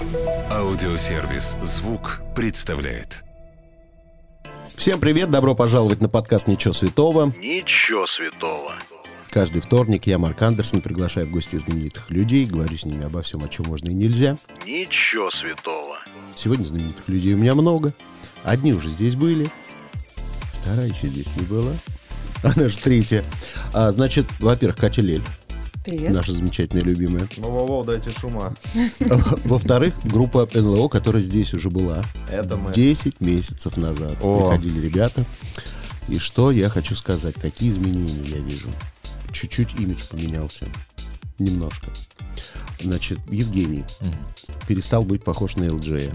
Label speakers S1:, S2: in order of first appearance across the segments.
S1: Аудиосервис «Звук» представляет.
S2: Всем привет, добро пожаловать на подкаст «Ничего святого».
S1: Ничего святого.
S2: Каждый вторник я, Марк Андерсон, приглашаю в гости знаменитых людей, говорю с ними обо всем, о чем можно и нельзя.
S1: Ничего святого.
S2: Сегодня знаменитых людей у меня много. Одни уже здесь были, вторая еще здесь не была, она же третья. Значит, во-первых, Катя Лель.
S3: Привет.
S2: Наша замечательная, любимая.
S4: Воу-воу, дайте шума.
S2: Во-вторых, группа НЛО, которая здесь уже была.
S4: Это мы.
S2: 10 месяцев назад приходили ребята. И что я хочу сказать, какие изменения я вижу. Чуть-чуть имидж поменялся. Немножко. Значит, Евгений перестал быть похож на ЛДЖ.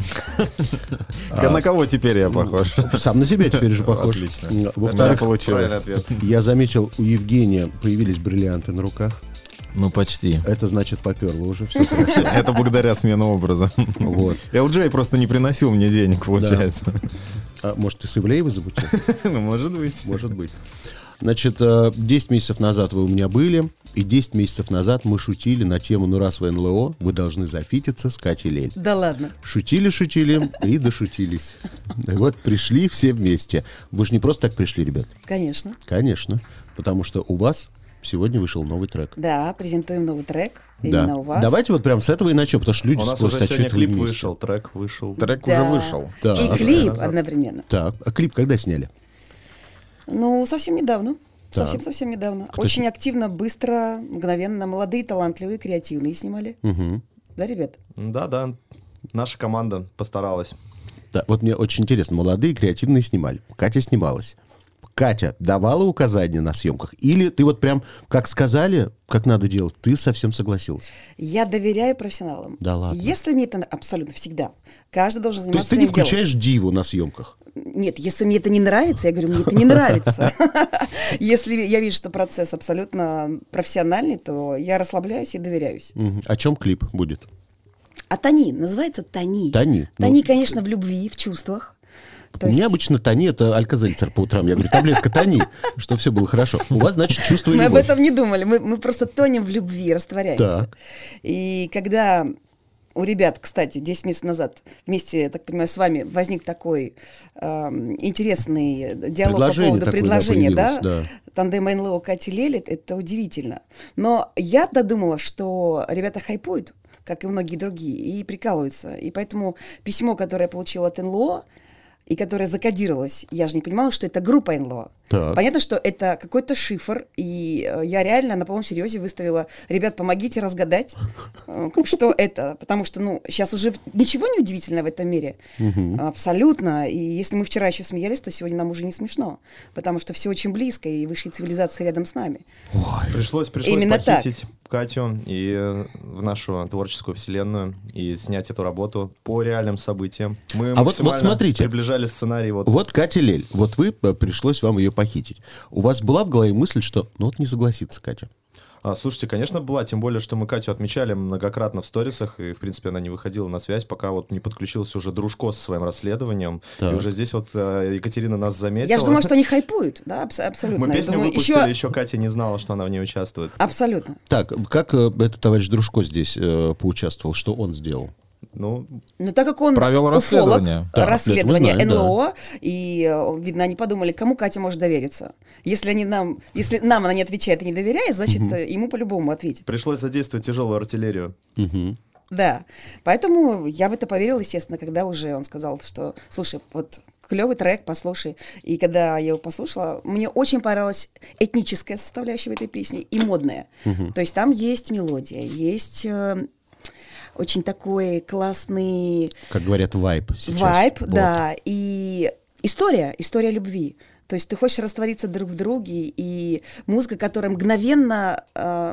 S4: На кого теперь я похож?
S2: Сам на себя теперь же похож.
S4: Отлично.
S2: Во-вторых,
S4: Правильный ответ.
S2: я заметил, у Евгения появились бриллианты на руках.
S5: Ну, почти.
S2: Это значит, поперло уже все.
S4: Это благодаря смене образа.
S2: Вот.
S4: LJ просто не приносил мне денег, получается.
S2: А может, ты с Ивлеевой замутил?
S4: Ну, может быть.
S2: Может быть. Значит, 10 месяцев назад вы у меня были, и 10 месяцев назад мы шутили на тему «Ну, раз вы НЛО, вы должны зафититься с Катей Лель».
S3: Да ладно.
S2: Шутили и дошутились. И вот пришли все вместе. Вы же не просто так пришли, ребят.
S3: Конечно.
S2: Конечно. Потому что у вас сегодня вышел новый трек.
S3: Да, презентуем новый трек.
S2: Да.
S3: Именно у вас.
S2: Давайте вот прям с этого и начнем, потому что люди
S4: У нас
S2: просто
S4: уже сегодня
S2: что это вы
S4: клип
S2: вместе.
S4: вышел, трек вышел.
S5: Трек
S3: Да.
S5: уже вышел.
S2: Да.
S3: И клип одновременно.
S2: Так, а клип когда сняли?
S3: Ну, совсем недавно.
S2: Так.
S3: Совсем недавно.
S2: Кто
S3: Очень активно, быстро, мгновенно. Молодые, талантливые, креативные снимали.
S2: Угу.
S3: Да, ребят?
S4: Да, наша команда постаралась.
S2: Да, вот мне очень интересно, молодые креативные снимали. Катя снималась. Катя давала указания на съемках? Или ты вот прям, как сказали, как надо делать, ты совсем согласилась?
S3: Я доверяю профессионалам.
S2: Да ладно.
S3: Если мне это абсолютно всегда. Каждый должен
S2: То
S3: заниматься
S2: есть ты не
S3: своим делом.
S2: включаешь диву на съемках?
S3: Нет, если мне это не нравится, я говорю, мне это не нравится. Если я вижу, что процесс абсолютно профессиональный, то я расслабляюсь и доверяюсь.
S2: Мгм. О чем клип будет?
S3: А Тони, называется Тони.
S2: Тони.
S3: Тони,
S2: Ну,
S3: конечно, в любви, в чувствах. То
S2: У меня
S3: есть
S2: обычно Тони — это Алька-Зельцер по утрам. Я говорю, таблетка Тони, что все было хорошо. У вас, значит, чувство и
S3: мы об
S2: любовь.
S3: этом не думали, мы просто тонем в любви, растворяемся.
S2: Так.
S3: И когда у ребят, кстати, 10 месяцев назад вместе, я так понимаю, с вами возник такой интересный диалог по
S2: Предложение
S3: поводу
S2: такое,
S3: предложения,
S2: да,
S3: да?
S2: появилось,
S3: Тандема НЛО Кати Лель, это удивительно. Но я додумала, что ребята хайпуют, как и многие другие, и прикалываются. И поэтому письмо, которое я получила от НЛО, и которое закодировалось, я же не понимала, что это группа НЛО.
S2: Так.
S3: Понятно, что это какой-то шифр, и я реально на полном серьезе выставила: ребят, помогите разгадать, что это, потому что, сейчас уже ничего не удивительного в этом мире, абсолютно, и если мы вчера еще смеялись, то сегодня нам уже не смешно, потому что все очень близко, и высшие цивилизации рядом с нами.
S4: Пришлось
S3: Именно
S4: похитить Катю и в нашу творческую вселенную и снять эту работу по реальным событиям. Мы
S2: вот
S4: максимально
S2: смотрите.
S4: приближали сценарий.
S2: Вот Катя Лель, вот вы, пришлось вам ее похитить. У вас была в голове мысль, что не согласится Катя?
S4: Слушайте, конечно, была, тем более, что мы Катю отмечали многократно в сторисах, и, в принципе, она не выходила на связь, пока вот не подключился уже Дружко со своим расследованием,
S2: Так.
S4: и уже здесь вот Екатерина нас заметила.
S3: Я же думала, что они хайпуют, да, абсолютно.
S4: Мы
S3: Я
S4: песню
S3: думаю,
S4: выпустили, еще Катя не знала, что она в ней участвует.
S3: Абсолютно.
S2: Так, как этот товарищ Дружко здесь поучаствовал? Что он сделал?
S3: Ну, так как он
S5: Провел
S3: уфолог,
S5: расследование.
S2: Да,
S3: расследование
S2: это мы знаем,
S3: НЛО, и, видно, они подумали, кому Катя может довериться. Если нам она не отвечает и не доверяет, значит, ему по-любому ответит.
S4: Пришлось задействовать тяжелую артиллерию.
S2: Мгм.
S3: Да, поэтому я в это поверила, естественно, когда уже он сказал, что, слушай, вот клевый трек, послушай. И когда я его послушала, мне очень понравилась этническая составляющая в этой песне и модная. То есть там есть мелодия, есть очень такой классный
S2: Как говорят, вайб сейчас.
S3: вайб,
S2: Вот.
S3: да, и история любви. То есть ты хочешь раствориться друг в друге, и музыка, которая мгновенно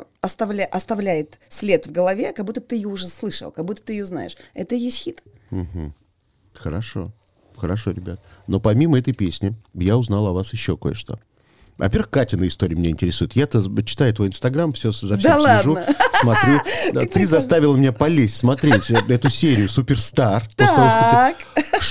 S3: оставляет след в голове, как будто ты ее уже слышал, как будто ты ее знаешь. Это и есть хит.
S2: Мгм. Хорошо, ребят. Но помимо этой песни, я узнал о вас еще кое-что. Во-первых, Катина история меня интересует. Я-то читаю твой Инстаграм, все за всем
S3: Да
S2: слежу,
S3: ладно?
S2: смотрю. Да, ты заставила меня полезть смотреть эту серию «Суперстар». после того,
S3: Так.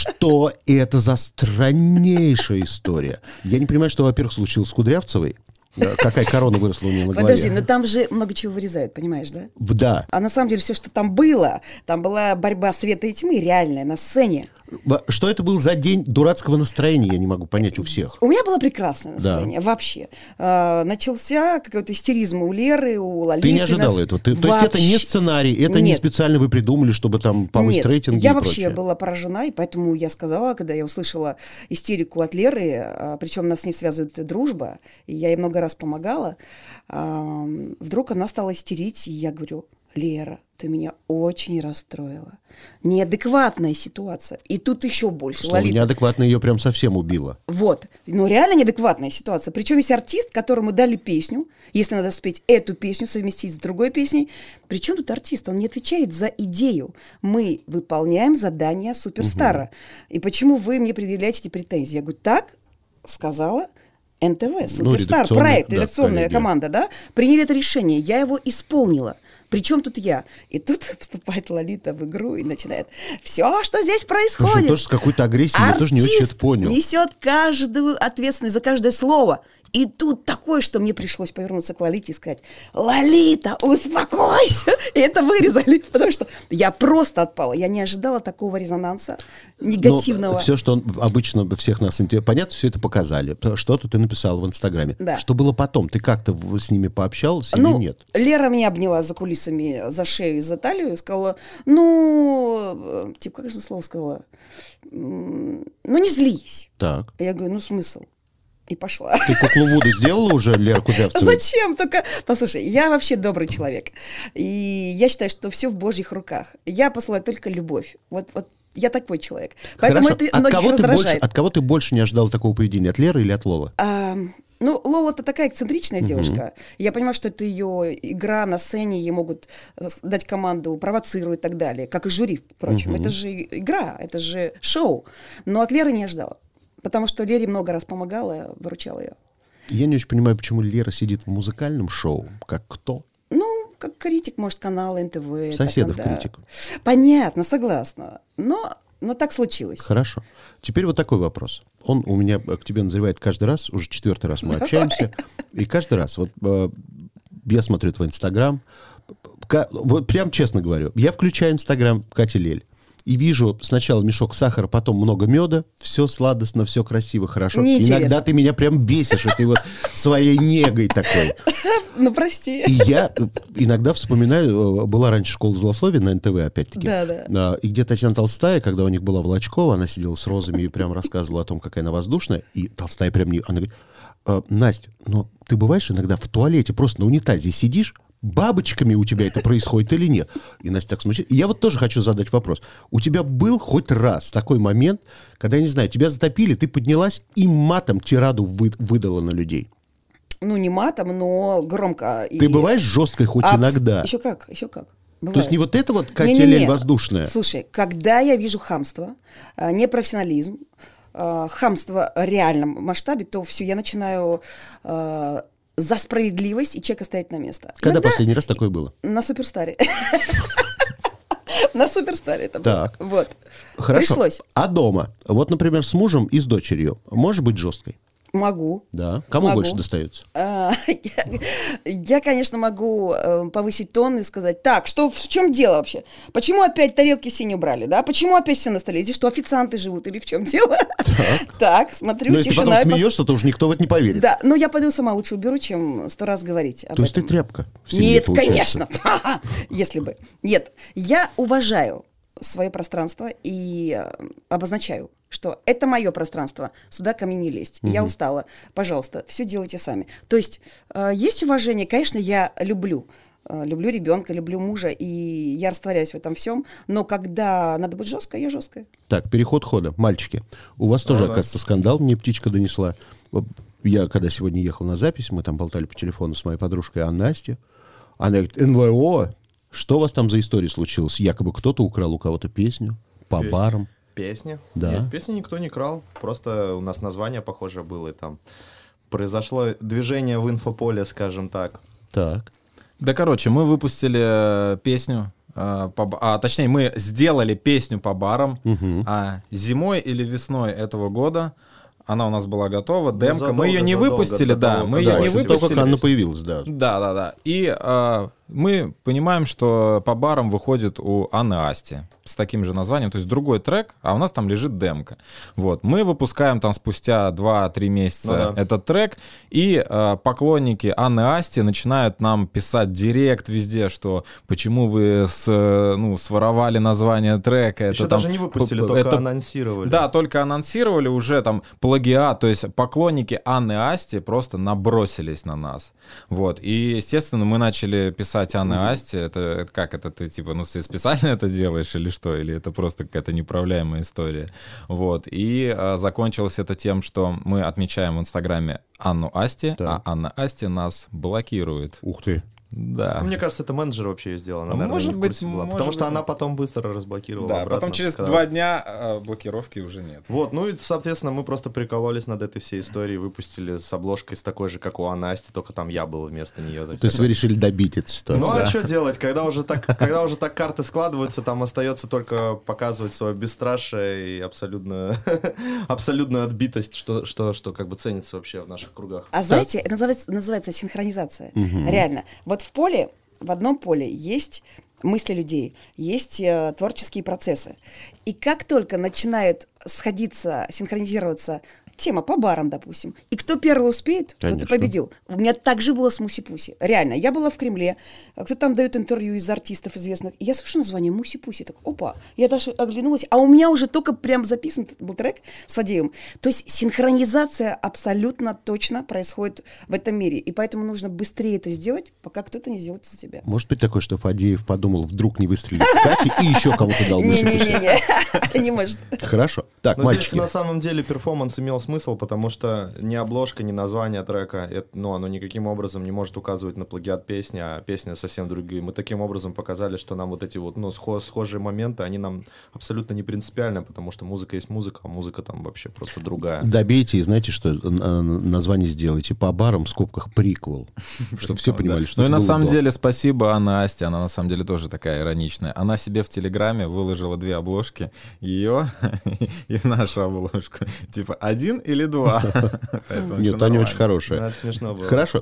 S2: что это за страннейшая история? Я не понимаю, что, во-первых, случилось с Кудрявцевой. какая корона выросла у нее на голове.
S3: Подожди, но там же много чего вырезают, понимаешь, да?
S2: Да.
S3: А на самом деле все, что там было, там была борьба света и тьмы реальная на сцене.
S2: Что это был за день дурацкого настроения, я не могу понять у всех.
S3: У меня было прекрасное настроение, вообще. Начался какой-то истеризм у Леры, у Лолиты.
S2: Ты не ожидала этого? То есть это не сценарий, это не специально вы придумали, чтобы там повысить рейтинги и
S3: я
S2: прочее?
S3: вообще была поражена, и поэтому я сказала, когда я услышала истерику от Леры, причем нас не связывает дружба, и я ей много раз помогала, вдруг она стала истерить, и я говорю: Лера, ты меня очень расстроила. Неадекватная ситуация. И тут еще больше.
S2: Слово неадекватная ее прям совсем убило.
S3: Вот. Но реально неадекватная ситуация. Причем есть артист, которому дали песню, если надо спеть эту песню, совместить с другой песней. Причем тут артист? Он не отвечает за идею. Мы выполняем задание суперстара. И почему вы мне предъявляете эти претензии? Я говорю: так сказала НТВ, суперстар, проект, редакционная команда, да? Приняли это решение, я его исполнила. Причем тут я? И тут вступает Лолита в игру и начинает: все, что здесь происходит.
S2: Слушай, тоже с какой-то агрессией, я тоже не очень это понял.
S3: Несет каждую ответственность за каждое слово. И тут такое, что мне пришлось повернуться к Лолите и сказать: Лолита, успокойся. И это вырезали, потому что я просто отпала. Я не ожидала такого резонанса негативного.
S2: Но все, что обычно всех нас интересует, понятно, все это показали. Что-то ты написала в Инстаграме.
S3: Да.
S2: Что было потом? Ты как-то с ними пообщалась или нет?
S3: Лера меня обняла за кулисами за шею и за талию и сказала: как же слово сказала? Не злись.
S2: Так.
S3: Я говорю: смысл? И пошла.
S2: Ты куклу Вуду сделала уже, Лера Кудрявцева?
S3: Зачем? Только, послушай, я вообще добрый человек. И я считаю, что все в Божьих руках. Я посылаю только любовь. Вот я такой человек. Поэтому
S2: Хорошо.
S3: это многих раздражает.
S2: От кого ты больше не ожидал такого поведения? От Леры или от Лолы?
S3: Лола-то такая эксцентричная девушка. Я понимаю, что это ее игра на сцене, ей могут дать команду, провоцировать и так далее. Как и жюри, впрочем. Это же игра, это же шоу. Но от Леры не ожидала. Потому что Лере много раз помогала, выручала ее.
S2: Я не очень понимаю, почему Лера сидит в музыкальном шоу. Как кто?
S3: Как критик, может, канала НТВ.
S2: Соседов критик.
S3: Понятно, согласна. Но так случилось.
S2: Хорошо. Теперь вот такой вопрос. Он у меня к тебе назревает каждый раз. Уже 4-й раз мы общаемся. И каждый раз. Я смотрю твой Инстаграм. Вот прям честно говорю. Я включаю Инстаграм Кати Лель. И вижу сначала мешок сахара, потом много меда. Все сладостно, все красиво, хорошо. Иногда ты меня прям бесишь этой вот своей негой такой.
S3: Прости.
S2: И я иногда вспоминаю, была раньше школа злословия на НТВ, опять-таки.
S3: Да.
S2: И где Татьяна Толстая, когда у них была Волочкова, она сидела с розами и прям рассказывала о том, какая она воздушная. И Толстая прям не... Она говорит: Настя, ты бываешь иногда в туалете, просто на унитазе сидишь, бабочками у тебя это происходит или нет? И Настя так смущает. И я вот тоже хочу задать вопрос. У тебя был хоть раз такой момент, когда, я не знаю, тебя затопили, ты поднялась и матом тираду выдала на людей?
S3: Не матом, но громко.
S2: Ты бываешь жесткой хоть иногда?
S3: Еще как. Бывает.
S2: То есть не вот это вот Катя Лель воздушная?
S3: Слушай, когда я вижу хамство, непрофессионализм, хамство в реальном масштабе, то все, я начинаю... за справедливость и человека ставить на место.
S2: Когда последний раз такое было?
S3: На Суперстаре. На Суперстаре это было.
S2: Так.
S3: Вот.
S2: Хорошо.
S3: Пришлось.
S2: А дома? Вот, например, с мужем и с дочерью. Можешь быть жесткой?
S3: Могу.
S2: Да. Кому больше достается?
S3: Я, конечно, могу повысить тон и сказать: так, в чем дело вообще? Почему опять тарелки все не убрали? Да? Почему опять все на столе? Здесь что, официанты живут или в чем дело? Так, смотрю,
S2: но если
S3: тишина.
S2: Если потом смеешься, то уж никто в это не поверит.
S3: Да, я пойду сама лучше уберу, чем 100 раз говорить об этом.
S2: То есть ты тряпка в семье,
S3: Нет,
S2: получается.
S3: конечно. Если бы. Нет, я уважаю свое пространство и обозначаю, что это мое пространство, сюда ко мне не лезть. Я устала, пожалуйста, все делайте сами. То есть есть уважение, конечно, я люблю ребенка, люблю мужа, и я растворяюсь в этом всем, но когда надо быть жесткой, я жесткая. Так,
S2: переход хода. Мальчики, у вас тоже, оказывается, скандал, мне птичка донесла. Я, когда сегодня ехал на запись, мы там болтали по телефону с моей подружкой Настей, она говорит: НЛО, что у вас там за история случилась? Якобы кто-то украл у кого-то песню по барам.
S4: Песни?
S2: Да.
S4: Нет, песни никто не крал. Просто у нас название похоже было. Там произошло движение в инфополе, скажем так.
S2: Так.
S5: Да, короче, мы выпустили песню, точнее, мы сделали песню по барам зимой или весной этого года она у нас была готова, демка.
S4: задолго,
S5: Мы ее не
S4: задолго
S5: выпустили,
S4: до
S5: да,
S4: того,
S5: мы
S4: когда
S5: ее не
S2: После того,
S5: выпустили.
S2: как Анна появилась, да.
S5: Да. И мы понимаем, что по барам выходит у Анны Асти с таким же названием, то есть другой трек, а у нас там лежит демка. Вот. Мы выпускаем там спустя 2-3 месяца этот трек, и поклонники Анны Асти начинают нам писать директ везде, что почему вы своровали название трека.
S4: Еще
S5: это,
S4: даже
S5: там,
S4: не выпустили, только анонсировали.
S5: Да, только анонсировали уже там плагиат, то есть поклонники Анны Асти просто набросились на нас. Вот. И, естественно, мы начали писать Анны Асти. Это как это ты, типа, ты специально это делаешь или что? Или это просто какая-то неуправляемая история? Вот. И закончилось это тем, что мы отмечаем в Инстаграме Анну Асти, а Анна Асти нас блокирует.
S2: Ух ты.
S5: Да.
S4: Мне кажется, это менеджер вообще ее сделал. Она, наверное,
S5: может
S4: не в
S5: быть,
S4: курсе была.
S5: может
S4: Потому что
S5: быть.
S4: она потом быстро разблокировала
S5: Да,
S4: обратно.
S5: потом через
S4: сказала.
S5: 2 дня блокировки уже нет.
S4: Вот, ну и, соответственно, мы просто прикололись над этой всей историей, выпустили с обложкой с такой же, как у Анны Асти, только там я был вместо нее.
S2: То есть вы решили добить эту ситуацию?
S4: Ну а что делать, когда уже так карты складываются, там остается только показывать свое бесстрашие и абсолютную отбитость, что как бы ценится вообще в наших кругах.
S3: А знаете, это называется синхронизация. Реально. Вот в одном поле есть мысли людей, есть творческие процессы. И как только начинают сходиться, синхронизироваться тема по барам, допустим, и кто первый успеет, тот и победил. У меня так же было с Муси-Пуси. Реально, я была в Кремле, кто там дает интервью из артистов известных, и я слышу название Муси-Пуси, так, опа, я даже оглянулась, а у меня уже только прям записан был трек с Фадеевым. То есть синхронизация абсолютно точно происходит в этом мире, и поэтому нужно быстрее это сделать, пока кто-то не сделает за тебя.
S2: Может быть такое, что Фадеев подумал, вдруг не выстрелит с Кати и еще кому-то дал Муси-Пуси?
S3: Не-не-не, не может.
S2: Хорошо. Так,
S4: Но здесь
S2: мальчики.
S4: на самом деле перформанс имел смысл, потому что ни обложка, ни название трека, оно никаким образом не может указывать на плагиат песни, а песня совсем другие. Мы таким образом показали, что нам вот эти вот схожие моменты, они нам абсолютно не принципиальны, потому что музыка есть музыка, а музыка там вообще просто другая.
S2: Добейте и знаете, что название сделайте по барам в скобках приквел, чтобы все понимали, что
S5: Ну и
S2: это
S5: на
S2: было
S5: самом
S2: до.
S5: деле спасибо Анне Асти, она на самом деле тоже такая ироничная. Она себе в Телеграме выложила 2 обложки, ее и нашу обложку. Типа 1 или 2. Поэтому
S2: Нет,
S5: всё
S2: они
S5: нормально.
S2: очень хорошие.
S4: Ну, это смешно было.
S2: Хорошо.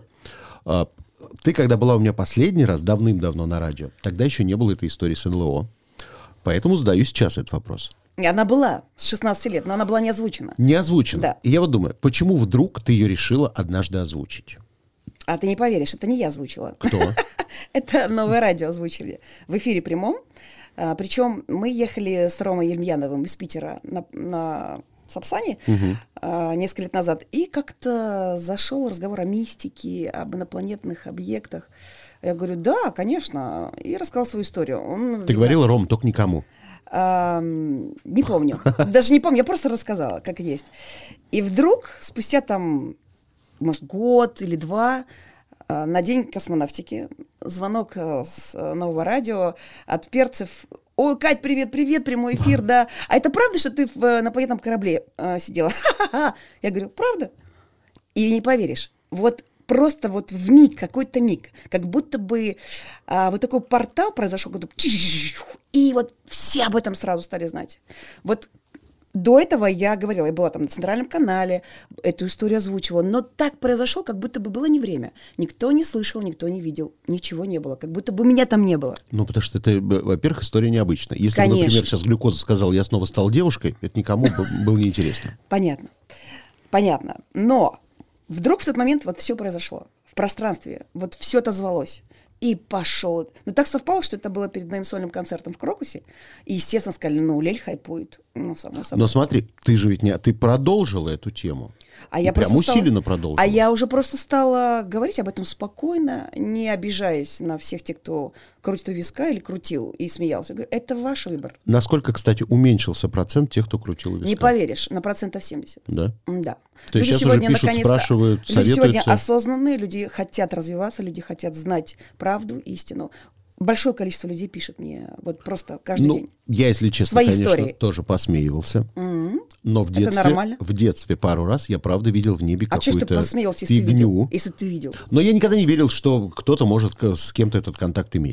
S2: Ты, когда была у меня последний раз, давным-давно на радио, тогда еще не было этой истории с НЛО. Поэтому задаю сейчас этот вопрос.
S3: И она была с 16 лет, но она была не озвучена.
S2: Не озвучено.
S3: Да.
S2: И я вот думаю, почему вдруг ты ее решила однажды озвучить?
S3: А ты не поверишь, это не я озвучила.
S2: Кто?
S3: Это Новое радио озвучили в эфире прямом. Причем мы ехали с Ромой Ельмьяновым из Питера на Сапсане несколько лет назад, и как-то зашел разговор о мистике, об инопланетных объектах. Я говорю, да, конечно, и рассказал свою историю. Он,
S2: Ты говорила, Ром, только никому.
S3: не помню. Даже не помню, я просто рассказала, как есть. И вдруг, спустя там, может, год или 2, на День космонавтики, звонок с Нового радио от перцев. Ой, Кать, привет, прямой эфир, да. А это правда, что ты на инопланетном корабле сидела? Ха-ха-ха. Я говорю, правда? И не поверишь, вот просто вот в миг, какой-то миг, как будто бы вот такой портал произошел, и вот все об этом сразу стали знать. Вот до этого я говорила, я была там на Центральном канале, эту историю озвучивала, но так произошло, как будто бы было не время. Никто не слышал, никто не видел, ничего не было, как будто бы меня там не было.
S2: Ну, потому что это, во-первых, история необычная. Если бы,
S3: Конечно.
S2: например, сейчас глюкоза сказал, я снова стал девушкой, это никому было неинтересно.
S3: Понятно. Но вдруг в тот момент вот все произошло в пространстве, вот все отозвалось. И пошел. Но так совпало, что это было перед моим сольным концертом в Крокусе. И, естественно, сказали, Лель хайпует. Само собой.
S2: Но смотри, ты же ведь ты продолжила эту тему.
S3: А я
S2: прям
S3: просто
S2: усиленно продолжила.
S3: А я уже просто стала говорить об этом спокойно, не обижаясь на всех тех, кто крутит у виска или крутил и смеялся. Я говорю, это ваш выбор.
S2: Насколько, кстати, уменьшился процент тех, кто крутил у виска?
S3: Не поверишь, на 70%.
S2: Да?
S3: Да.
S2: То есть
S3: Люди
S2: сейчас уже пишут, спрашивают,
S3: люди сегодня
S2: советуются?
S3: осознанные, люди хотят развиваться, люди хотят знать правду, истину. Большое количество людей пишет мне вот просто каждый день.
S2: Я, если честно,
S3: Свои
S2: конечно,
S3: истории.
S2: тоже посмеивался. Но
S3: Это нормально.
S2: в детстве пару раз я, правда, видел в небе
S3: А что ж ты
S2: какую-то
S3: посмеялся, если ты
S2: фигню.
S3: видел? Если ты видел.
S2: Но я никогда не верил, что кто-то может с кем-то этот контакт иметь.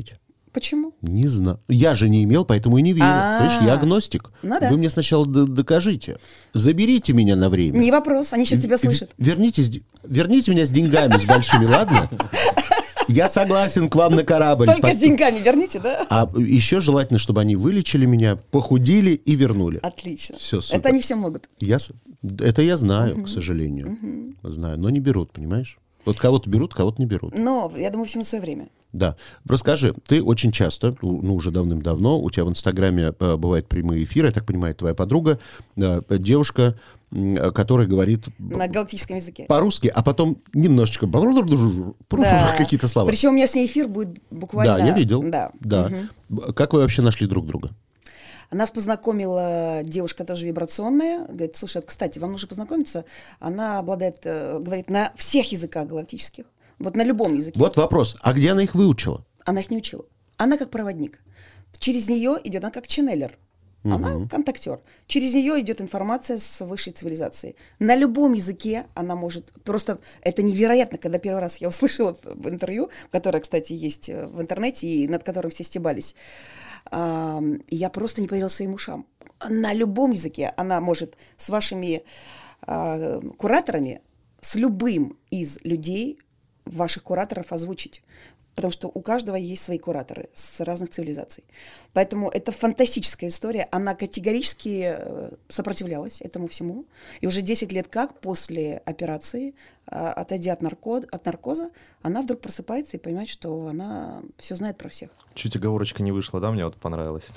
S3: Почему?
S2: Не знаю. Я же не имел, поэтому и не верю. Понимаешь, я агностик.
S3: Ну да.
S2: Вы мне сначала докажите. Заберите меня на время.
S3: Не вопрос, они сейчас тебя слышат.
S2: Верните меня с деньгами, с большими, ладно? Я согласен к вам на корабль.
S3: Только с деньгами верните, да?
S2: А еще желательно, чтобы они вылечили меня, похудили и вернули.
S3: Отлично.
S2: Все, супер.
S3: Это они все могут.
S2: Это я знаю, к сожалению. Знаю, но не берут, понимаешь? Вот кого-то берут, кого-то не берут.
S3: Но, я думаю, всему свое время.
S2: Да. Расскажи, ты очень часто, уже давным-давно, у тебя в Инстаграме бывают прямые эфиры, я так понимаю, твоя подруга, девушка, которая говорит...
S3: На галактическом языке.
S2: По-русски, а потом немножечко... какие-то слова.
S3: Причем у меня с ней эфир будет буквально...
S2: Да, я видел.
S3: Да.
S2: Как вы вообще нашли друг друга?
S3: Нас познакомила девушка тоже вибрационная. Говорит, слушай, кстати, вам нужно познакомиться. Она обладает, говорит, на всех языках галактических. Вот на любом языке.
S2: Вот вопрос. А где она их выучила?
S3: Она их не учила. Она как проводник. Через нее идет, она как ченнелер. Она контактер. Через нее идет информация с высшей цивилизацией. На любом языке она может... Просто это невероятно, когда первый раз я услышала в интервью, которое, кстати, есть в интернете и над которым все стебались. И я просто не поверила своим ушам. На любом языке она может с вашими кураторами, с любым из людей ваших кураторов озвучить. Потому что у каждого есть свои кураторы с разных цивилизаций. Поэтому это фантастическая история. Она категорически сопротивлялась этому всему. И уже 10 лет как после операции, отойдя от наркоза, она вдруг просыпается и понимает, что она все знает про всех.
S4: Чуть оговорочка не вышла, да? Мне вот понравилось.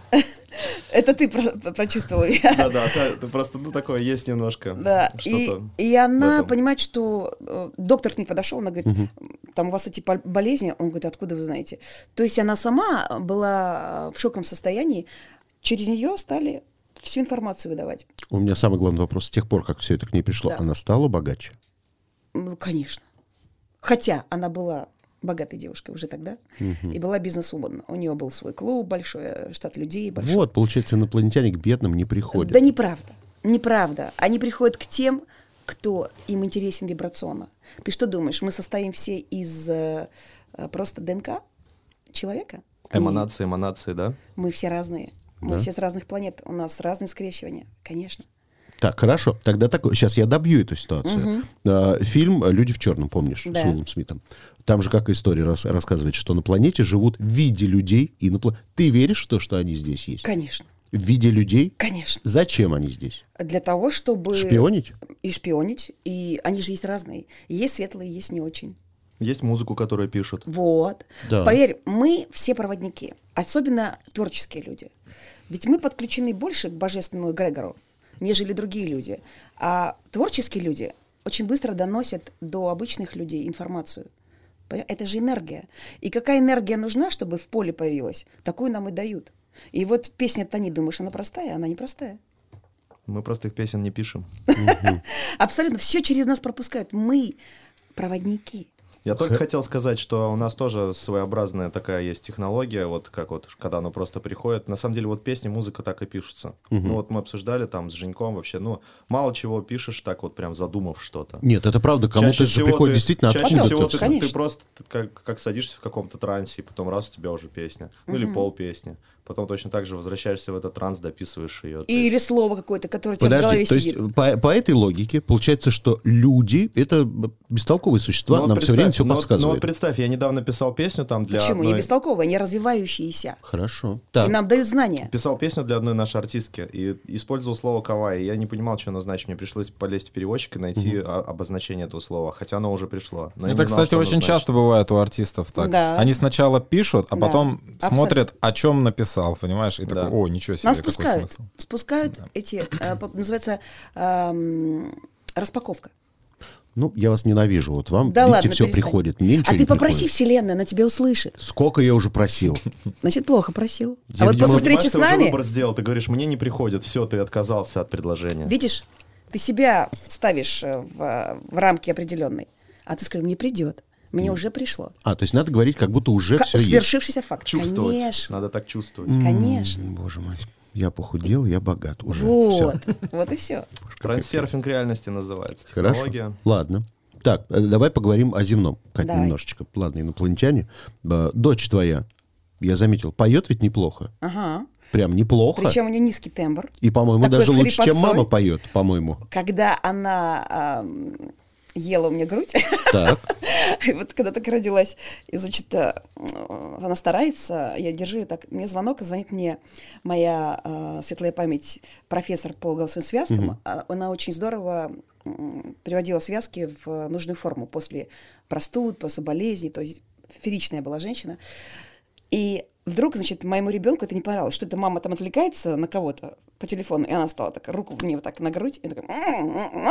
S3: Это ты прочувствовала.
S4: Да, просто такое есть немножко.
S3: Да, и она понимает, что доктор к ней подошел, она говорит, там у вас эти болезни, он говорит, откуда вы знаете? То есть она сама была в шоковом состоянии, через нее стали всю информацию выдавать.
S2: У меня самый главный вопрос, с тех пор, как все это к ней пришло, она стала богаче?
S3: Конечно. Хотя она была богатой девушкой уже тогда, и была бизнес-вумен. У нее был свой клуб большой, штат людей большой.
S2: Вот, получается, инопланетяне к бедным не приходят.
S3: Да неправда. Они приходят к тем, кто им интересен вибрационно. Ты что думаешь, мы состоим все из просто ДНК человека?
S4: Эманации, да?
S3: Мы все разные. Мы все с разных планет. У нас разные скрещивания. Конечно.
S2: Так, хорошо. Тогда такое. Сейчас я добью эту ситуацию. Фильм «Люди в черном», помнишь,
S3: да.
S2: с Уиллом Смитом. Там же как история рассказывает, что на планете живут в виде людей. Ты веришь в то, что они здесь есть?
S3: Конечно.
S2: В виде людей?
S3: Конечно.
S2: Зачем они здесь?
S3: Для того, чтобы...
S2: Шпионить?
S3: И шпионить. И они же есть разные. Есть светлые, есть не очень.
S4: Есть музыку, которую пишут.
S3: Вот.
S2: Да.
S3: Поверь, мы все проводники. Особенно творческие люди. Ведь мы подключены больше к божественному эгрегору, нежели другие люди. А творческие люди очень быстро доносят до обычных людей информацию. Это же энергия. И какая энергия нужна, чтобы в поле появилась, такую нам и дают. И вот песня «Тони», думаешь, она простая? Она не простая.
S4: Мы простых песен не пишем.
S3: Абсолютно. Все через нас пропускают. Мы проводники.
S4: Я только хотел сказать, что у нас тоже своеобразная такая есть технология, вот как вот, когда оно просто приходит. На самом деле, вот песни, музыка так и пишется. Ну вот мы обсуждали там с Женьком вообще, мало чего пишешь так вот прям задумав что-то.
S2: Нет, это правда, кому-то же приходит действительно
S4: чаще всего
S2: откуда-то.
S4: ты просто как садишься в каком-то трансе, и потом раз у тебя уже песня, или полпесни. Потом точно так же возвращаешься в этот транс, дописываешь ее.
S3: Или слово какое-то, которое у тебя в голове сидит.
S2: То есть по этой логике получается, что люди — это бестолковые существа, нам все время все подсказывают.
S4: Ну вот представь, я недавно писал песню там для
S3: Почему?
S4: одной...
S3: Не бестолковые, они развивающиеся.
S2: Хорошо.
S3: И нам дают знания.
S4: Писал песню для одной нашей артистки и использовал слово «кавай». Я не понимал, что оно значит. Мне пришлось полезть в переводчик и найти обозначение этого слова, хотя оно уже пришло. Но
S5: это, кстати, очень часто бывает у артистов так.
S3: Да.
S5: Они сначала пишут, а потом
S3: Абсолютно.
S5: смотрят, о чем написал, понимаешь? И такой, о, ничего себе,
S3: Нам
S5: какой
S3: спускают.
S5: смысл.
S3: Спускают эти, называется, распаковка.
S2: Ну, я вас ненавижу. Вот вам,
S3: Да
S2: видите,
S3: ладно,
S2: все
S3: перестань.
S2: приходит. Мне ничего
S3: А
S2: не
S3: ты попроси
S2: приходит.
S3: Вселенную, она тебя услышит.
S2: Сколько я уже просил.
S3: Значит, плохо просил.
S2: Я,
S3: А вот
S2: видимо,
S3: после встречи
S4: Понимаешь,
S3: с
S4: ты уже
S3: нами,
S4: выбор сделал, ты говоришь, мне не приходит, все, ты отказался от предложения.
S3: видишь, ты себя ставишь в рамки определенной, а ты скажешь, мне придет. Мне уже пришло.
S2: То есть надо говорить, как будто уже все есть.
S3: Свершившийся факт.
S4: Чувствовать.
S3: Конечно.
S4: Надо так чувствовать.
S3: Конечно.
S2: Боже мой. Я похудел, я богат уже.
S3: Вот.
S2: Всё.
S3: Вот и все.
S4: Трансерфинг реальности называется.
S2: Хорошо.
S4: Технология.
S2: Ладно. Так, давай поговорим о земном.
S3: Давай.
S2: Немножечко. Ладно, инопланетяне. Дочь твоя Я заметил, поет ведь неплохо.
S3: Ага.
S2: Прям неплохо.
S3: Причем у нее низкий тембр.
S2: И, по-моему,
S3: такой
S2: даже
S3: с
S2: лучше, чем
S3: хрипотцой.
S2: мама поет, по-моему.
S3: Когда она ела у меня грудь,
S2: Так.
S3: и вот когда только родилась, и, значит, она старается, я держу ее так, мне звонок, и звонит мне моя светлая память, профессор по голосовым связкам. Она очень здорово приводила связки в нужную форму после простуд, после болезней, то есть фееричная была женщина. И вдруг, значит, моему ребенку это не понравилось, что эта мама там отвлекается на кого-то по телефону, и она стала так, руку мне вот так на грудь, и такая...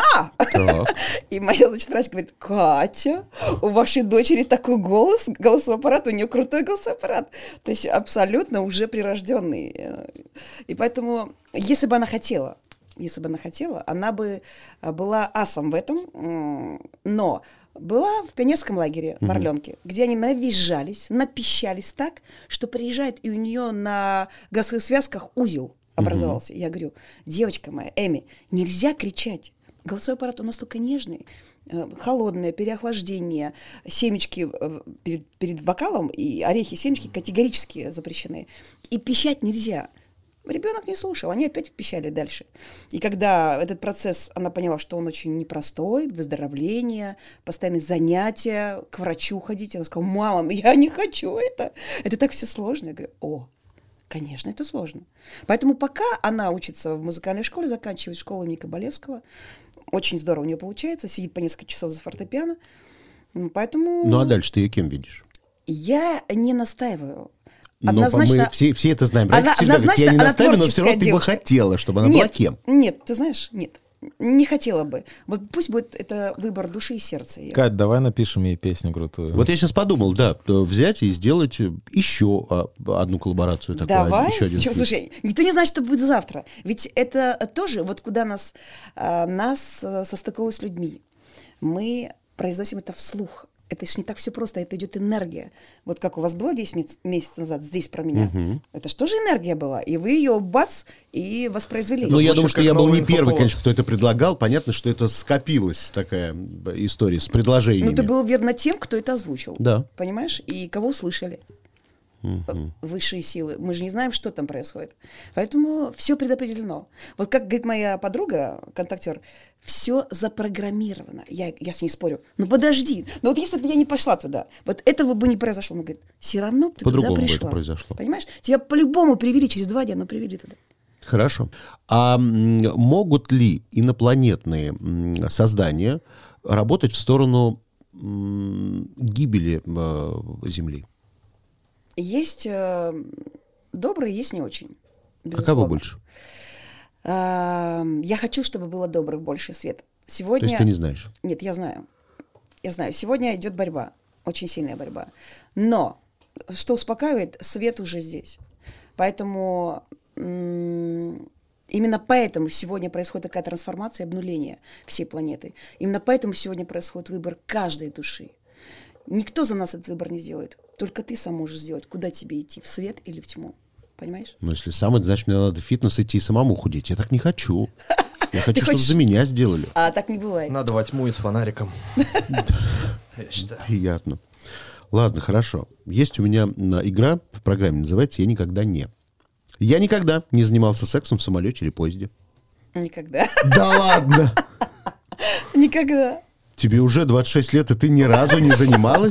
S3: И моя, значит, врач говорит: Катя, у вашей дочери такой голос, голосовой аппарат, у нее крутой голосовой аппарат. То есть абсолютно уже прирожденный. И поэтому, если бы она хотела, она бы была асом в этом, но была в пионерском лагере в Орленке, где они навизжались, напищались так, что приезжает, и у нее на голосовых связках узел образовался. Я говорю: девочка моя, Эми, нельзя кричать. Голосовой аппарат у нас только нежный, холодное, переохлаждение, семечки перед вокалом и орехи, семечки категорически запрещены. И пищать нельзя. Ребенок не слушал, они опять пищали дальше. И когда этот процесс, она поняла, что он очень непростой, выздоровление, постоянные занятия, к врачу ходить, она сказала: мама, я не хочу это так все сложно. Я говорю: конечно, это сложно. Поэтому пока она учится в музыкальной школе, заканчивает школу имени Кабалевского, очень здорово у нее получается, сидит по несколько часов за фортепиано. Поэтому...
S2: Ну, а дальше ты ее кем видишь?
S3: Я не настаиваю.
S2: Но
S3: Однозначно,
S2: мы все это знаем. Родители всегда говорят: я не настаиваю, но все равно ты бы хотела, чтобы она была кем?
S3: Нет, ты знаешь, нет. Не хотела бы. Вот пусть будет это выбор души и сердца.
S5: Кать, давай напишем ей песню крутую.
S2: Вот я сейчас подумал, да, взять и сделать еще одну коллаборацию.
S3: Давай.
S2: Еще один
S3: Слушай, никто не знает, что будет завтра. Ведь это тоже, вот куда нас состыковывают с людьми. Мы произносим это вслух. Это ж не так все просто, это идет энергия. Вот как у вас было 10 месяцев назад здесь про меня. Это что же энергия была? И вы ее бац и воспроизвели.
S2: Ну, я думаю, что я был не
S4: инфоповод.
S2: первый, конечно, кто это предлагал. Понятно, что это скопилась такая история с предложениями.
S3: Ну, ты был верно тем, кто это озвучил.
S2: Да.
S3: Понимаешь? И кого услышали. Высшие силы. Мы же не знаем, что там происходит. Поэтому все предопределено. Вот как говорит моя подруга, контактер, все запрограммировано. Я с ней спорю. Ну подожди, ну вот если бы я не пошла туда, вот этого бы не произошло. Она говорит: все равно ты туда
S2: По-другому бы
S3: пришла.
S2: это произошло.
S3: Понимаешь? Тебя по-любому привели через 2 дня, но привели туда.
S2: Хорошо. А могут ли инопланетные создания работать в сторону гибели Земли?
S3: Есть добрые, есть не очень.
S2: А кого больше?
S3: Я хочу, чтобы было добрых больше, Свет. Сегодня...
S2: То есть ты не знаешь?
S3: Нет, я знаю. Я знаю. Сегодня идет борьба. Очень сильная борьба. Но, что успокаивает, свет уже здесь. Поэтому... Именно поэтому сегодня происходит такая трансформация, обнуление всей планеты. Именно поэтому сегодня происходит выбор каждой души. Никто за нас этот выбор не сделает. Только ты сам можешь сделать, куда тебе идти, в свет или в тьму. Понимаешь?
S2: Ну, если сам, это значит, мне надо в фитнес идти и самому худеть. Я так не хочу. Я хочу, чтобы за меня сделали.
S3: А так не бывает.
S4: Надо во тьму и с фонариком. Я считаю.
S2: Приятно. Ладно, хорошо. Есть у меня игра в программе, называется «Я никогда не». Я никогда не занимался сексом в самолете или поезде.
S3: Никогда.
S2: Да ладно!
S3: Никогда.
S2: Тебе уже 26 лет, и ты ни разу не занималась?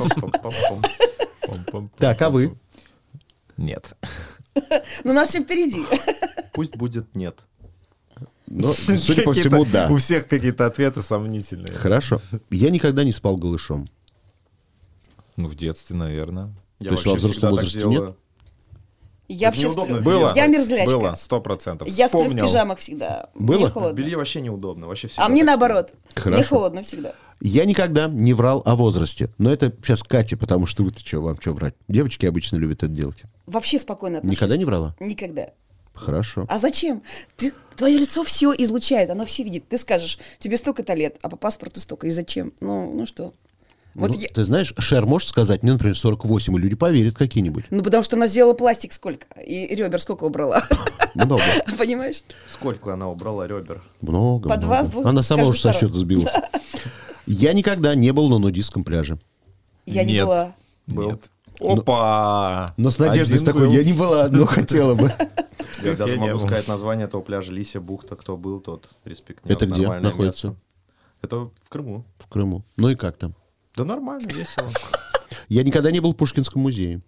S2: Так, а вы?
S5: Нет.
S3: Но у нас все впереди.
S4: Пусть будет нет.
S2: Ну, судя по всему, да.
S5: У всех какие-то ответы сомнительные.
S2: Хорошо. Я никогда не спал голышом.
S5: Ну, в детстве, наверное.
S4: Я
S2: То есть
S4: вообще
S2: во взрослом
S4: всегда так
S2: возрасте
S4: делаю.
S3: Я
S4: Это
S3: вообще
S4: неудобно
S3: сплю.
S4: в белье
S5: Было.
S3: Я мерзлячка.
S5: Было, 100%.
S3: Я сплю в
S5: Вспомнил.
S3: пижамах всегда.
S2: Было?
S3: Мне
S4: В
S3: холодно.
S4: белье вообще неудобно. Вообще всегда
S3: А мне
S4: так
S3: наоборот.
S2: Хорошо.
S3: Мне холодно всегда.
S2: Я никогда не врал о возрасте. Но это сейчас Катя, потому что вы-то что, вам что врать? Девочки обычно любят это делать.
S3: Вообще спокойно отношусь.
S2: Никогда не врала?
S3: Никогда.
S2: Хорошо.
S3: А зачем? Твое лицо все излучает, оно все видит. Ты скажешь, тебе столько-то лет, а по паспорту столько. И зачем? Ну что? Вот
S2: Ну, ты знаешь, Шер можешь сказать, мне, например, 48, и люди поверят какие-нибудь.
S3: Ну, потому что она сделала пластик сколько, и ребер сколько убрала.
S2: Много.
S3: Понимаешь?
S4: Сколько она убрала ребер?
S2: Много.
S3: По
S2: много.
S3: 2 с 2
S2: Она сама
S3: с
S2: уже со
S3: каждой
S2: счета сбилась. Я никогда не был на нудистском пляже.
S3: Я не
S5: Нет.
S3: была.
S4: Был.
S5: Нет. Опа!
S2: Но с надеждой
S5: Один
S2: с такой,
S5: был.
S2: я не была, но хотела бы.
S4: Я даже
S5: не
S4: могу
S5: был.
S4: сказать название этого пляжа Лисья бухта. Кто был, тот респектнет.
S2: Это где
S4: Нормальное
S2: находится?
S4: место. Это в Крыму.
S2: В Крыму. Ну и как там?
S4: Да нормально, весело.
S2: Я никогда не был в Пушкинском музее.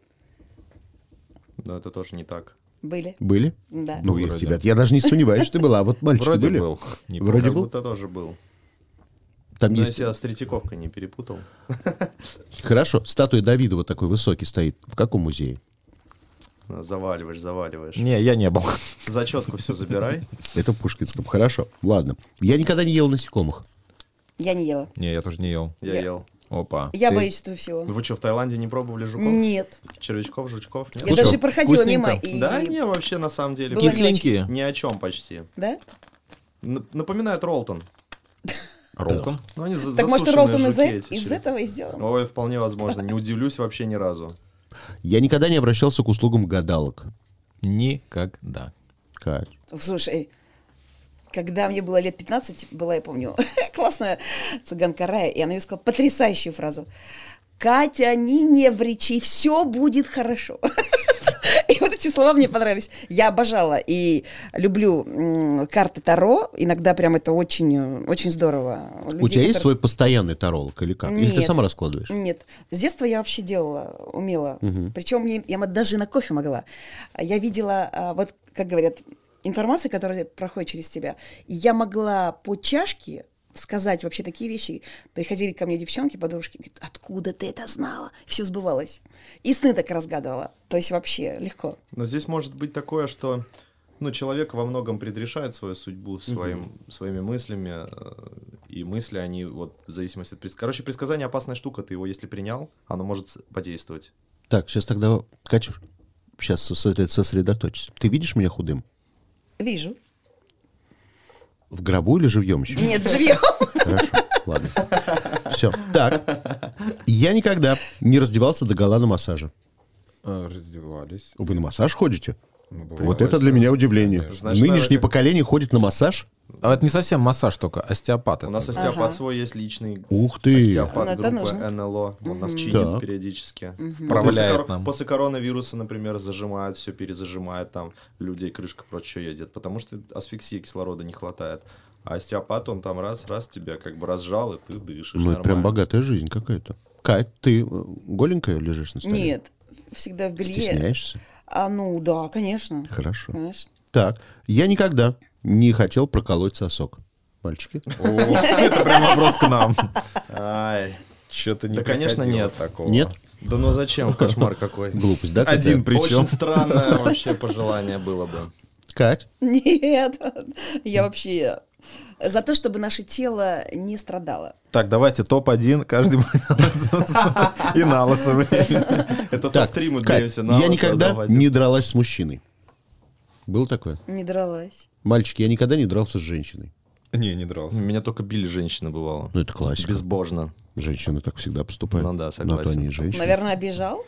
S4: Но это тоже не так.
S3: Были.
S2: Были?
S3: Да.
S2: Ну,
S5: Вроде.
S2: тебя, я даже не сомневаюсь, что ты была. А вот мальчики
S5: Вроде
S2: были?
S5: был. Не
S2: Вроде
S4: Как
S2: был.
S4: будто тоже был.
S2: Там
S4: Но
S2: есть...
S4: если я с Третьяковкой не перепутал.
S2: Хорошо. Статуя Давида вот такой высокий стоит. В каком музее?
S4: Заваливаешь.
S5: Не, я не был.
S4: Зачетку все забирай.
S2: Это в Пушкинском. Хорошо. Ладно. Я никогда не ел насекомых.
S3: Я не ела.
S5: Не, я тоже не ел.
S4: Я
S3: Я-
S4: ел.
S5: Опа.
S3: Я
S5: Ты-
S3: боюсь этого всего.
S4: Вы что, в Таиланде не пробовали жуков?
S3: Нет.
S4: Червячков, жучков? Нет?
S3: Я даже
S5: Вкусно.
S3: проходила
S5: Вкусненько.
S3: мимо и...
S4: Да, не, вообще на самом деле.
S3: Было не
S5: Кисленькие.
S4: Ни о чем почти.
S3: Да?
S4: Напоминает Ролтон.
S5: Ролтон.
S4: Ну, они
S3: Так может и
S4: засушенные
S3: Ролтон
S4: жуки эти
S3: из
S4: чё.
S3: этого и сделан?
S4: Ой, вполне возможно. Не удивлюсь вообще ни разу.
S2: Я никогда не обращался к услугам гадалок.
S5: Никогда.
S2: Кать.
S3: Слушай, когда мне было лет 15, была, я помню, классная цыганка Рая, и она мне сказала потрясающую фразу. Катя, не вречи, все будет хорошо. И вот эти слова мне понравились. Я обожала и люблю карты Таро. Иногда прям это очень, очень здорово.
S2: У
S3: Людей,
S2: тебя есть
S3: которые-
S2: свой постоянный таролог или как? Или ты
S3: Нет.
S2: сама раскладываешь?
S3: Нет. С детства я вообще делала, умела.
S2: Мгм.
S3: Причем я даже на кофе могла. Я видела, вот, как говорят, информация, которая проходит через тебя. И я могла по чашке сказать вообще такие вещи. Приходили ко мне девчонки, подружки, говорят, откуда ты это знала? Все сбывалось. И сны так разгадывала. То есть вообще легко.
S4: Но здесь может быть такое, что человек во многом предрешает свою судьбу своими мыслями, и мысли, они вот в зависимости от предсказания. Короче, предсказание опасная штука, ты его, если принял, оно может подействовать.
S2: Так, сейчас тогда, Катюш, сейчас сосредоточься. Ты видишь меня худым?
S3: Вижу.
S2: В гробу или живьем еще?
S3: Нет, живьем.
S2: Хорошо, ладно. Все. Так. Я никогда не раздевался догола на массаже.
S5: Раздевались.
S2: Вы на массаж ходите?
S5: Ну,
S2: Вот это для меня удивление.
S4: Значит,
S2: Нынешнее
S4: наверное,
S2: поколение ходит на массаж?
S5: А это не совсем массаж только, остеопат.
S4: У
S5: это.
S4: нас остеопат
S3: Ага.
S4: свой есть личный.
S2: Ух ты.
S4: Остеопат
S3: Ну, это
S4: группы
S3: нужно.
S4: НЛО. Он нас
S3: Мгм.
S4: чинит
S2: Так.
S4: периодически.
S5: Вправляет нам.
S4: После коронавируса, например, зажимают, все перезажимает, там людей крышка прочее едет, потому что асфиксии кислорода не хватает. А остеопат, он там раз тебя как бы разжал, и ты дышишь.
S2: Ну, это прям
S4: нормально.
S2: богатая жизнь какая-то. Кать, ты голенькая лежишь на столе?
S3: Нет. Всегда в белье.
S2: Стесняешься?
S3: Ну да, конечно.
S2: Хорошо.
S3: Конечно.
S2: Так, я никогда не хотел проколоть сосок. Мальчики?
S5: О, это прям вопрос к нам.
S4: Ай.
S5: Что-то не
S4: Да, конечно,
S5: приходило
S4: нет.
S5: такого.
S2: Нет?
S4: Да ну зачем? Кошмар какой.
S2: Глупость, да?
S5: Один
S2: какая?
S5: причем.
S4: Очень странное вообще пожелание было бы.
S2: Кать?
S3: Нет, я вообще за то, чтобы наше тело не страдало.
S5: Так, давайте топ-1, каждый и на лысо.
S4: Это
S2: Так,
S4: топ-3 мы
S2: Кать,
S4: двигаемся на
S2: я
S4: лысо,
S2: никогда
S4: давайте.
S2: не дралась с мужчиной. Было такое?
S3: Не дралась.
S2: Мальчики, я никогда не дрался с женщиной.
S5: Не дрался.
S4: Меня только били женщины, бывало.
S2: Ну, это классика.
S4: Безбожно.
S2: Женщины так всегда поступают.
S4: Ну да,
S2: Но
S4: согласен.
S2: то они и женщины.
S3: Наверное, обижал?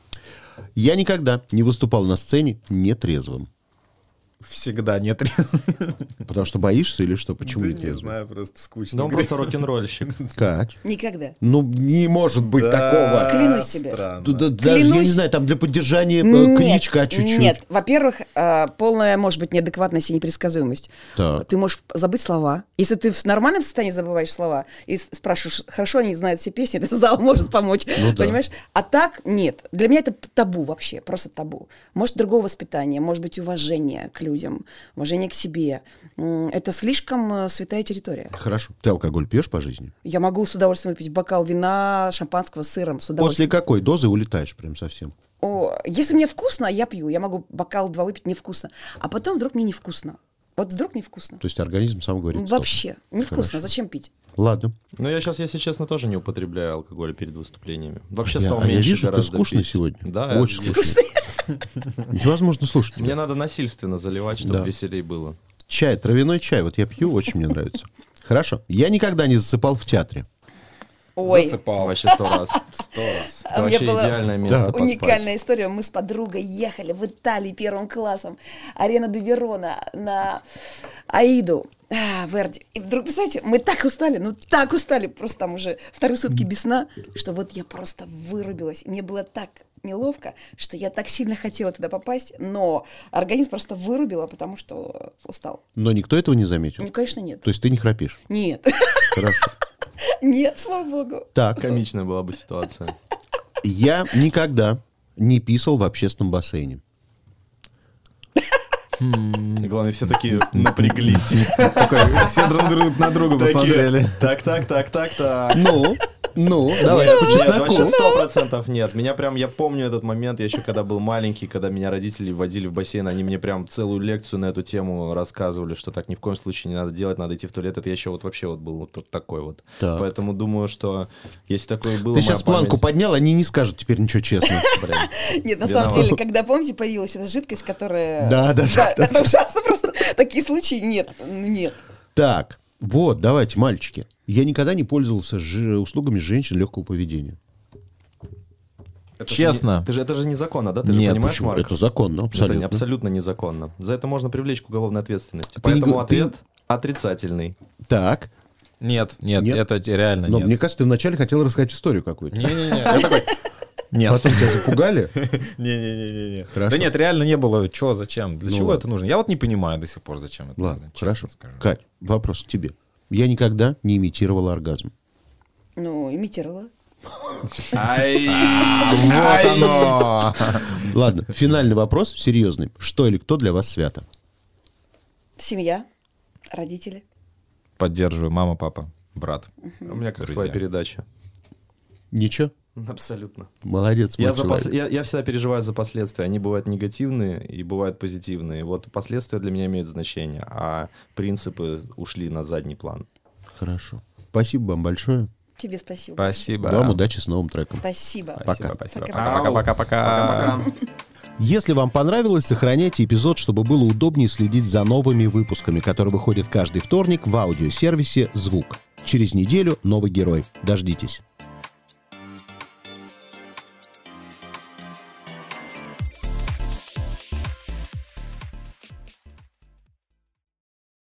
S2: Я никогда не выступал на сцене нетрезвым.
S5: Всегда нет.
S2: Потому что боишься или что? Почему
S5: Не
S2: нетрезвым?
S5: знаю, просто скучно.
S4: Да он просто рок-н-ролльщик.
S2: Кать?
S3: Никогда.
S2: Ну, не может быть такого.
S3: Клянусь тебе.
S2: Даже, я не
S3: Клянусь.
S2: знаю, там для поддержания
S3: Нет,
S2: кличка чуть-чуть.
S3: Нет, во-первых, полная, может быть, неадекватность и непредсказуемость.
S2: Так.
S3: Ты можешь забыть слова. Если ты в нормальном состоянии забываешь слова и спрашиваешь, хорошо они знают все песни, этот зал может помочь,
S2: Ну да.
S3: понимаешь? А так нет. Для меня это табу вообще, просто табу. Может, другого воспитания, может быть, уважение к людям, уважение к себе. Это слишком святая территория.
S2: Хорошо. Ты алкоголь пьешь по жизни?
S3: Я могу с удовольствием выпить бокал вина, шампанского с сыром, с
S2: После
S3: удовольствием.
S2: какой дозы улетаешь прям совсем?
S3: Если мне вкусно, я пью. Я могу бокал 2 выпить невкусно. А потом вдруг мне невкусно. Вот вдруг невкусно.
S2: То есть организм сам говорит стоп.
S3: Вообще. Невкусно.
S2: Хорошо.
S3: Зачем пить?
S2: Ладно.
S4: Но я сейчас, если честно, тоже не употребляю алкоголь перед выступлениями. Вообще стал
S2: Я
S4: меньше
S2: вижу, ты
S4: гораздо
S2: скучный
S4: пить.
S2: сегодня.
S4: Да,
S2: Очень
S4: я-
S2: скучный. Невозможно слушать тебя.
S4: Мне надо насильственно заливать, чтобы
S2: Да.
S4: веселей было.
S2: Чай, травяной чай. Вот я пью, очень мне нравится. Хорошо. Я никогда не засыпал в театре.
S3: Ой.
S5: Засыпал.
S4: Вообще 100 раз.
S5: 100 раз.
S3: А
S4: Это
S3: у меня
S4: вообще
S3: была
S4: идеальное место поспать.
S3: уникальная история. Мы с подругой ехали в Италии 1 классом. Арена де Верона на Аиду. Верди. И вдруг, представляете, мы так устали, просто там уже вторые сутки без сна, что вот я просто вырубилась. И мне было так неловко, что я так сильно хотела туда попасть, но организм просто вырубила, потому что устал.
S2: Но никто этого не заметил?
S3: Ну, конечно, нет.
S2: То есть ты не храпишь?
S3: Нет.
S2: Хорошо.
S3: Нет, слава богу.
S2: Так,
S4: Комичная была бы ситуация.
S2: я никогда не писал в общественном бассейне.
S4: И главное, все такие напряглись.
S5: Все друг на друга посмотрели.
S4: Так.
S2: Давайте по
S4: Нет,
S2: чесноку.
S4: вообще 100% нет. Меня прям, я помню этот момент, я еще когда был маленький, когда меня родители водили в бассейн, они мне прям целую лекцию на эту тему рассказывали, что так ни в коем случае не надо делать, надо идти в туалет. Это я еще вот вообще вот был вот такой вот.
S2: Так.
S4: Поэтому думаю, что если такое было...
S2: Ты
S4: моя
S2: сейчас планку
S4: память-
S2: поднял, они не скажут теперь ничего честно.
S3: Нет, на
S4: Виноват.
S3: самом деле, когда, помните, появилась эта жидкость, которая...
S2: Да.
S3: Это ужасно просто. Такие случаи нет.
S2: Так, вот, давайте, мальчики. Я никогда не пользовался услугами женщин легкого поведения.
S4: Это же
S5: Честно.
S4: не- это же незаконно, да? Ты же
S5: Нет,
S4: понимаешь,
S2: Почему?
S4: Марк?
S2: Это законно, абсолютно.
S4: Это абсолютно незаконно. За это можно привлечь к уголовной ответственности.
S2: Ты не
S4: Поэтому
S2: го- ты-
S4: ответ отрицательный.
S2: Так,
S5: Нет,
S2: Нет?
S5: это реально
S2: но
S5: нет.
S2: мне кажется, ты вначале хотел рассказать историю какую-то.
S5: Не-не-не, я такой... Нет.
S2: Потом тебя запугали.
S5: Не-не-не.
S2: Хорошо.
S5: Да нет, реально не было. Чего, зачем? Для
S2: Ну
S5: чего
S2: ладно.
S5: это нужно? Я вот не понимаю до сих пор, зачем это
S2: Ладно,
S5: нужно, честно
S2: хорошо.
S5: скажу.
S2: Кать, вопрос к тебе. Я никогда не имитировал оргазм.
S3: Ну, имитировала.
S5: Вот оно!
S2: Ладно, финальный вопрос, серьезный. Что или кто для вас свято?
S3: Семья, родители.
S5: Поддерживаю. Мама, папа, брат.
S4: У меня как
S5: Друзья.
S4: твоя передача.
S2: Ничего?
S4: Абсолютно.
S2: Молодец, мой
S4: Я
S2: человек.
S4: всегда переживаю за последствия. Они бывают негативные и бывают позитивные. Вот последствия для меня имеют значение, а принципы ушли на задний план.
S2: Хорошо. Спасибо вам большое.
S3: Тебе спасибо.
S5: Спасибо.
S2: Вам удачи с новым треком.
S3: Спасибо.
S5: Спасибо,
S2: Пока.
S5: спасибо.
S3: Пока.
S5: Пока-пока-пока.
S2: Если вам понравилось, сохраняйте эпизод, чтобы было удобнее следить за новыми выпусками, которые выходят каждый вторник в аудиосервисе «Звук». Через неделю новый герой. Дождитесь.